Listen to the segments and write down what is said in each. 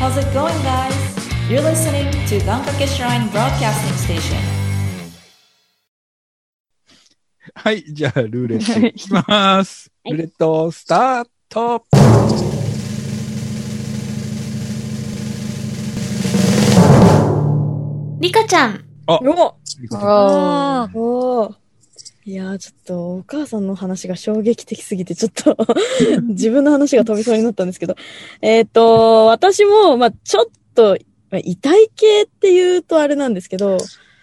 How's it going, guys? You're listening to Gankake Shrine Broadcasting Station. はい、じゃあ、ルーレットいきます。ルーレット、スタート。 リカちゃん。 リカちゃん。 いやー、ちょっとお母さんの話が衝撃的すぎて、ちょっと自分の話が飛びそうになったんですけど、私も、ちょっと、遺体系って言うとあれなんですけど、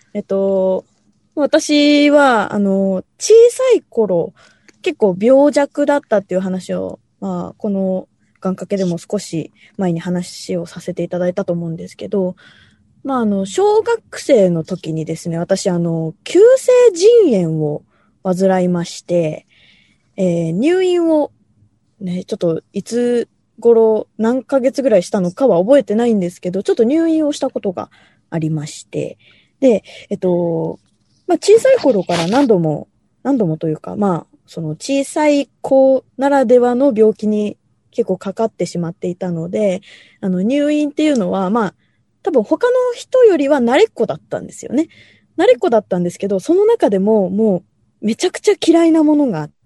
私は、小さい頃、結構病弱だったっていう話を、この願掛けでも少し前に話をさせていただいたと思うんですけど、小学生の時にですね、私、急性腎炎を患いまして、入院を、ね、ちょっといつ頃何ヶ月ぐらいしたのかは覚えてないんですけど、ちょっと入院をしたことがありまして、で、小さい頃から何度もというか、その小さい子ならではの病気に結構かかってしまっていたので、入院っていうのは、多分他の人よりは慣れっこだったんですよね。慣れっこだったんですけど、その中でももうめちゃくちゃ嫌いなものがあって、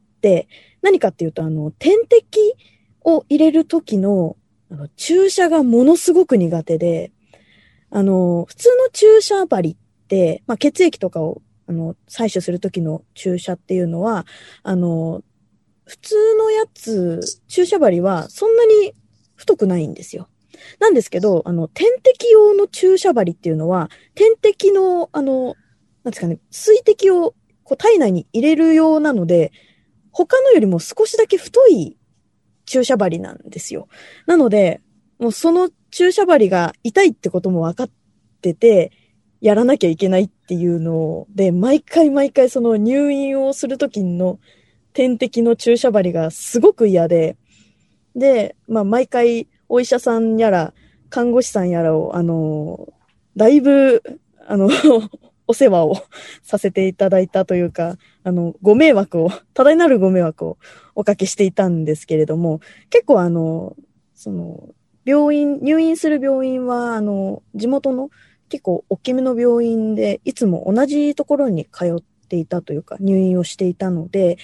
何かっていうと、点滴を入れる時の、注射がものすごく苦手で、普通の注射針って、血液とかを、採取する時の注射っていうのは、普通のやつ、注射針はそんなに太くないんですよ。なんですけど、点滴用の注射針っていうのは、点滴の、なんですかね、水滴をこう体内に入れるようなので、他のよりも少しだけ太い注射針なんですよ。なので、もうその注射針が痛いってことも分かってて、やらなきゃいけないっていうので、毎回その入院をするときの点滴の注射針がすごく嫌で、で、毎回お医者さんやら看護師さんやらを、だいぶ、お世話をさせていただいたというか、多大なるご迷惑をおかけしていたんですけれども、結構その、入院する病院は、地元の結構大きめの病院で、いつも同じところに通っていたというか、入院をしていたので、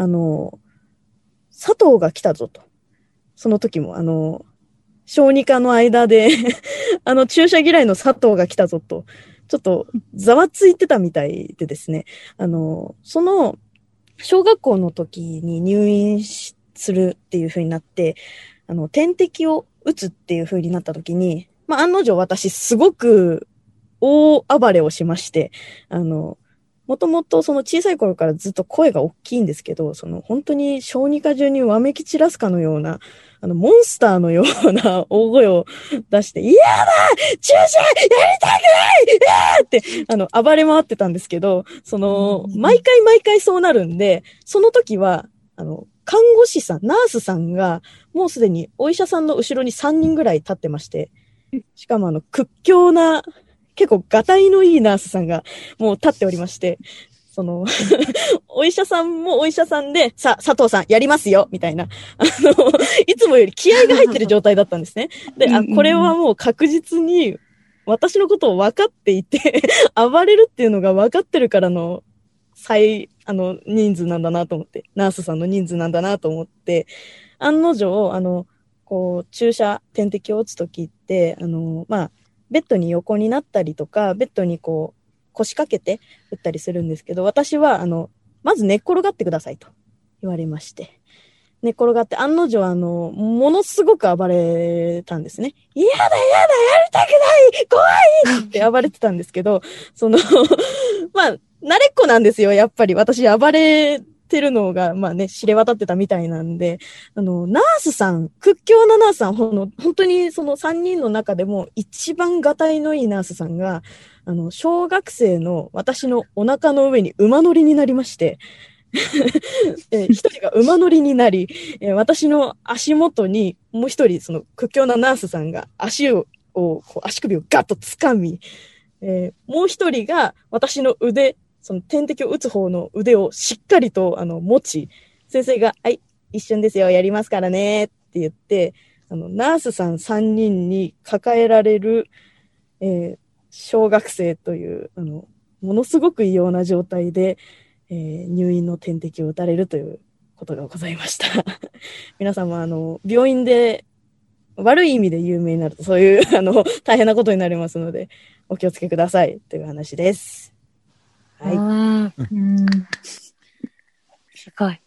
佐藤が来たぞと。その時も、小児科の間で注射嫌いの佐藤が来たぞと、ちょっとざわついてたみたいでですね、その、小学校の時に入院するっていう風になって、点滴を打つっていう風になった時に、案の定私すごく大暴れをしまして、もともとその小さい頃からずっと声が大きいんですけど、その本当に小児科中にわめき散らすかのような、モンスターのような大声を出して、嫌だ注射やりたくないって、暴れ回ってたんですけど、毎回そうなるんで、その時は、看護師さん、ナースさんが、もうすでにお医者さんの後ろに3人ぐらい立ってまして、しかも屈強な、結構ガタイのいいナースさんがもう立っておりまして、お医者さんもお医者さんで、さあ、佐藤さんやりますよみたいな。いつもより気合が入ってる状態だったんですね。で、これはもう確実に私のことを分かっていて、暴れるっていうのが分かってるからの人数なんだなと思って、ナースさんの人数なんだなと思って、案の定、点滴を打つときって、ベッドに横になったりとか、ベッドに腰掛けて打ったりするんですけど、私は、まず寝っ転がってくださいと言われまして、寝っ転がって、案の定、ものすごく暴れたんですね。やだ、やりたくない怖いって暴れてたんですけど、慣れっこなんですよ、やっぱり。私、暴れてるのが、知れ渡ってたみたいなんで、ナースさん、屈強なナースさん、本当にその3人の中でも一番がたいのいいナースさんが、小学生の私のお腹の上に馬乗りになりまして、一人が馬乗りになり、私の足元にもう一人、その屈強なナースさんが足首をガッと掴み、もう一人が私の腕、その点滴を打つ方の腕をしっかりと持ち、先生が、はい、一瞬ですよ、やりますからねって言って、 ナースさん3人に抱えられる、小学生という、ものすごく異様な状態で、入院の点滴を打たれるということがございました。皆さんも病院で悪い意味で有名になるとそういう大変なことになりますのでお気をつけくださいという話です。 はい。すごい。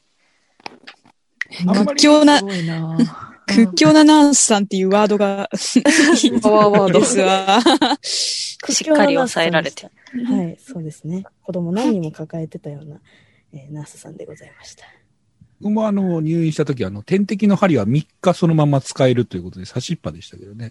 屈強なナースさんっていうワードがパワーワードですわ。 しっかり抑えられて。 はい、そうですね。子供何人も抱えてたような、ナースさんでございました。 僕も入院した時点滴の針は3日そのまま使えるということで差しっぱでしたけどね。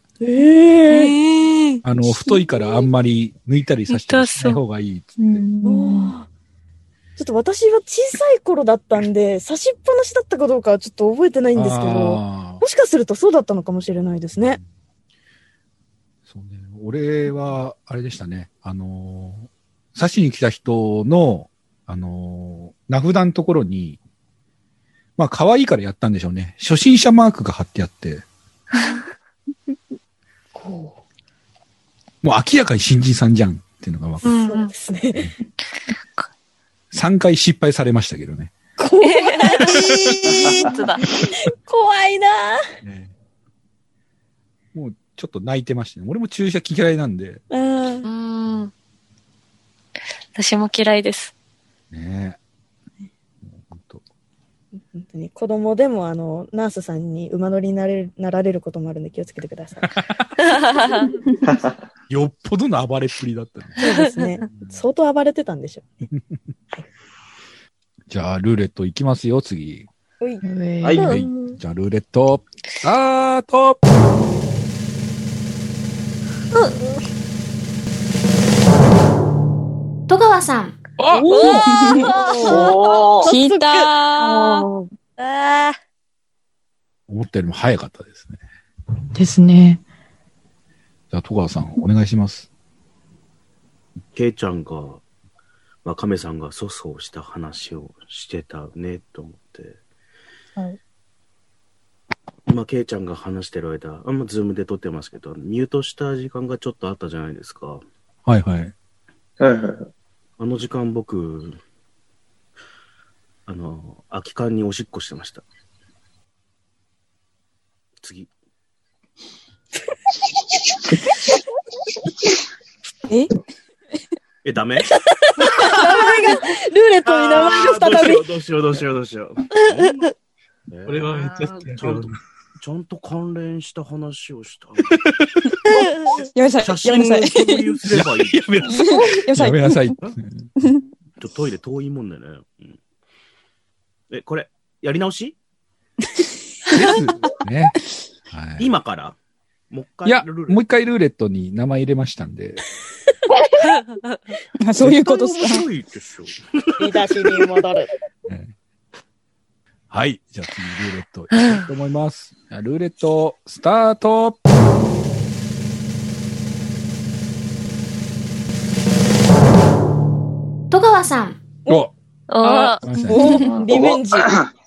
太いからあんまり抜いたり刺したりしない方がいいっつって。 ちょっと私は小さい頃だったんで、刺しっぱなしだったかどうかはちょっと覚えてないんですけど、もしかするとそうだったのかもしれないですね。 そうね。俺は、あれでしたね。刺しに来た人の、名札のところに、まあ、可愛いからやったんでしょうね。初心者マークが貼ってあって。もう明らかに新人さんじゃんっていうのが分かる。 そうですね。 3回失敗されましたけどね。 怖いなぁ、 ね。もうちょっと泣いてましたね。俺も注射嫌いなんで。 私も嫌いです。 ねえ。 本当に子供でもナースさんに馬乗りになられることもあるんで気をつけてください。よっぽどの暴れっぷりだったね。 そうですね。相当暴れてたんでしょうね。 じゃあ、ルーレットいきますよ、次。 はい。 はい。じゃあ、ルーレット、スタート。 戸川さん。 聞いたー。 思ったよりも早かったですね。 ですね。 じゃあ、戸川さん、お願いします。 ケイちゃんが、ワカメさんが粗相した話をしてたね、と思って。 はい。 今、ケイちゃんが話してる間、ズームで撮ってますけど、ミュートした時間がちょっとあったじゃないですか。 はいはい。 あの時間僕、空き缶におしっこしてました。次。ダメ？ 名前が、ルーレットに名前が再び。 どうしよう。 これはめっちゃ好きだけど。 ちゃんと関連した話をした。 やめなさい。 写真を共有すればいい。 やめなさい。 トイレ遠いもんでね。これ、やり直し？ ね。はい、 今からもう一回。 いや、もう一回ルーレットに名前入れましたんで。 そういうことですか。 面白いでしょ。 見出しに戻る。 はい。じゃあ次、ルーレットいきたいと思います。ルーレット、スタート。 戸川さん。 リベンジ。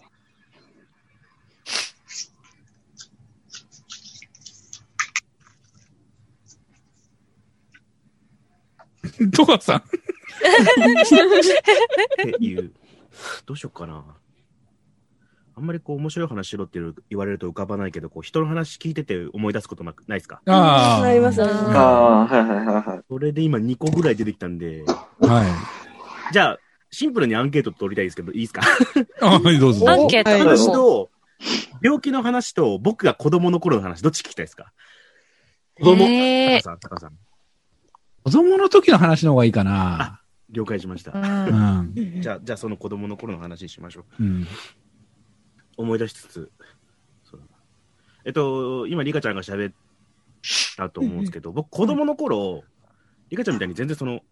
戸川さん。 っていう。どうしよっかな。あんまり面白い話しろって言われると浮かばないけど、人の話聞いてて思い出すことないですか？ ありますね。 はい。それで今2個ぐらい出てきたんで。 はい。 じゃあ、シンプルにアンケート取りたいですけど、いいですか？ はい、どうぞ。 アンケート話と、病気の話と、僕が子供の頃の話、どっち聞きたいですか？子供。高さん。 子供の時の話の方がいいかな。 了解しました。じゃあその子供の頃の話しましょう。思い出しつつ。今、リカちゃんが喋ったと思うんですけど、僕、子供の頃、リカちゃんみたいに全然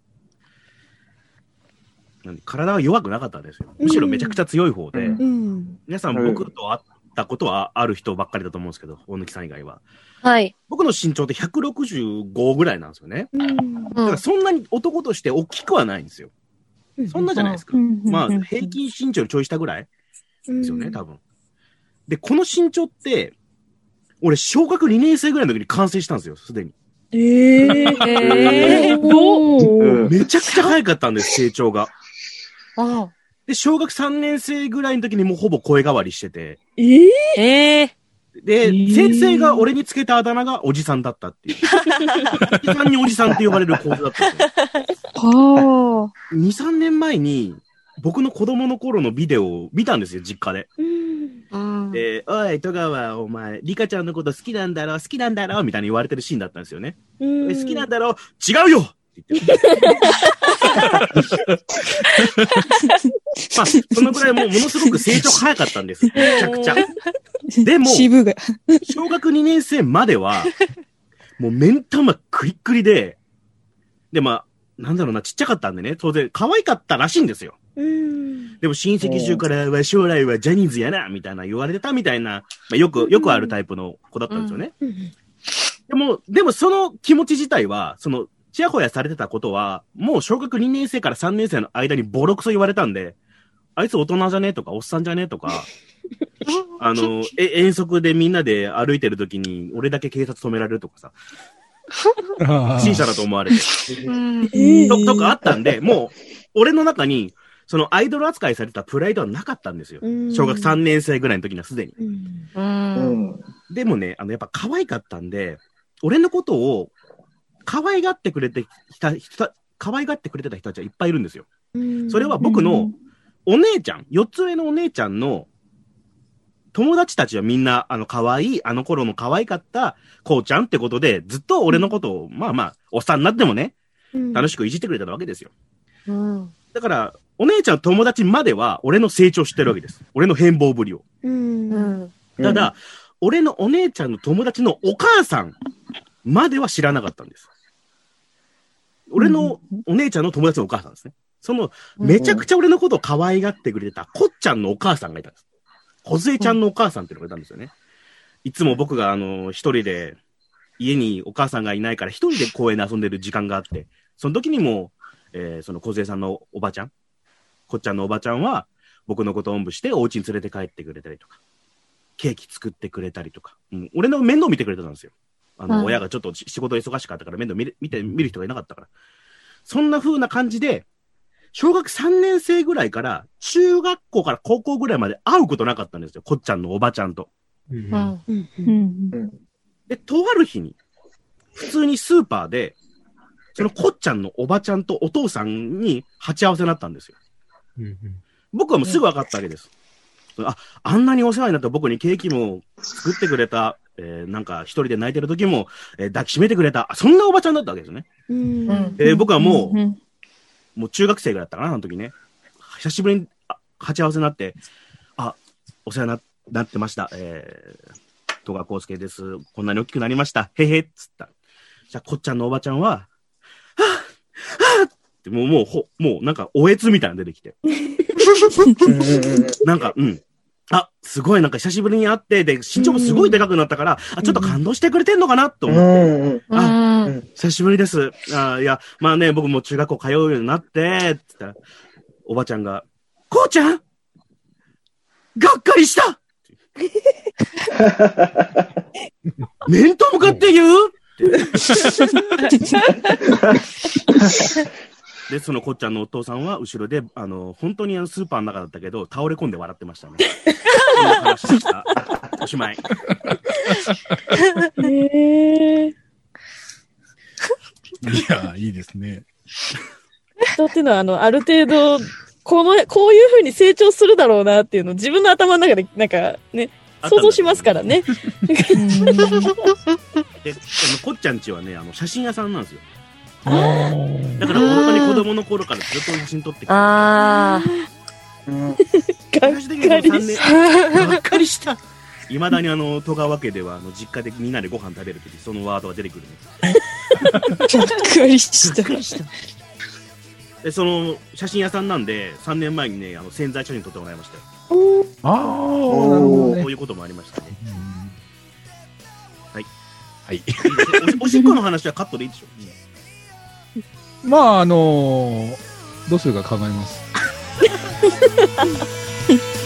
体が弱くなかったんですよ。むしろめちゃくちゃ強い方で、皆さん僕と会ったことはある人ばっかりだと思うんですけど、大貫さん以外は。 はい。 僕の身長って165ぐらいなんですよね。だからそんなに男として大きくはないんですよ。そんなじゃないですか。まあ、平均身長よりちょい下ぐらいですよね、多分。で、この身長って、 俺、小学2年生ぐらいの時に完成したんですよ、すでに。 めちゃくちゃ早かったんです、成長が。 あで、小学3年生ぐらいの時にもうほぼ声変わりしてて。で、先生が俺につけたあだ名がおじさんだったっていう。おじさんにおじさんって呼ばれる構図だったんですよ。2、3年前に僕の子供の頃のビデオを見たんですよ、実家で。で、おい、戸川、お前、リカちゃんのこと好きなんだろみたいに言われてるシーンだったんですよね。好きなんだろ違うよって言って。まあ、そのぐらいものすごく成長早かったんです。めちゃくちゃ。でも、小学2年生までは、もう目ん玉クリックリで、で、まあ、なんだろうな、ちっちゃかったんでね、当然可愛かったらしいんですよ。でも親戚中から将来はジャニーズやな、みたいな言われてたみたいな、まあ、よくあるタイプの子だったんですよね。でもその気持ち自体は、その、ちやほやされてたことは、もう小学2年生から3年生の間にボロクソ言われたんで、あいつ大人じゃねえとか、おっさんじゃねえとか、遠足でみんなで歩いてる時に、俺だけ警察止められるとかさ、不審者だと思われて、とかあったんで、もう、俺の中に、そのアイドル扱いされたプライドはなかったんですよ。小学3年生ぐらいの時にはすでに。でもね、やっぱ可愛かったんで、俺のことを可愛がってくれてた人たちはいっぱいいるんですよ。それは僕のお姉ちゃん、4つ上のお姉ちゃんの友達たちはみんな、可愛い、あの頃の可愛かったこうちゃんってことで、ずっと俺のことを、まあまあ、おっさんになってもね、楽しくいじってくれたわけですよ。だから、お姉ちゃんの友達までは、俺の成長してるわけです。俺の変貌ぶりを。ただ、俺のお姉ちゃんの友達のお母さんまでは知らなかったんです。俺のお姉ちゃんの友達のお母さんですね。その、めちゃくちゃ俺のことを可愛がってくれてた、こっちゃんのお母さんがいたんです。こずえちゃんのお母さんっていうのがいたんですよね。いつも僕が一人で、家にお母さんがいないから一人で公園で遊んでる時間があって、その時にも、そのこずえさんのおばちゃん、こっちゃんのおばちゃんは、僕のことをおんぶしてお家に連れて帰ってくれたりとか、ケーキ作ってくれたりとか、俺の面倒見てくれてたんですよ。親がちょっと仕事忙しかったから面倒見る人がいなかったから。そんな風な感じで、小学3年生ぐらいから、中学校から高校ぐらいまで会うことなかったんですよ。こっちゃんのおばちゃんと。で、とある日に、普通にスーパーで、そのこっちゃんのおばちゃんとお父さんに鉢合わせになったんですよ。僕はもうすぐ分かったわけです。あんなにお世話になった僕にケーキも作ってくれた、なんか一人で泣いてる時も、抱きしめてくれた、そんなおばちゃんだったわけですね。僕はもう中学生ぐらいだったかな、あの時ね。久しぶりに鉢合わせになって、お世話になってました。戸川康介です。こんなに大きくなりました。へへっつった。じゃあ、こっちゃんのおばちゃんは、ってもうなんかおえつみたいなの出てきて。なんか、すごいなんか久しぶりに会って、で、身長もすごいでかくなったから、ちょっと感動してくれてんのかなと思って、久しぶりです。いや、まあね、僕も中学校通うようになって、つったら、おばちゃんが、こうちゃんがっかりした面と向かって言うで、そのこっちゃんのお父さんは後ろで、本当にスーパーの中だったけど、倒れ込んで笑ってましたね。そんな話でした。おしまい。 いや、いいですね。 人っていうのは、ある程度、こういう風に成長するだろうなっていうのを自分の頭の中で、なんかね、想像しますからね。 で、こっちゃんちはね、写真屋さんなんですよ。だから本当に子供の頃からずっと写真撮ってきて。がっかりした。いまだに戸川家では実家でみんなでご飯食べるときそのワードが出てくるんです。 がっかりした。 で、その写真屋さんなんで3年前にね、宣材写真撮ってもらいましたよ。 なるほどね。 こういうこともありましたね。はい。 はい。 おしっこの話はカットでいいでしょ。 まあどうするか考えます。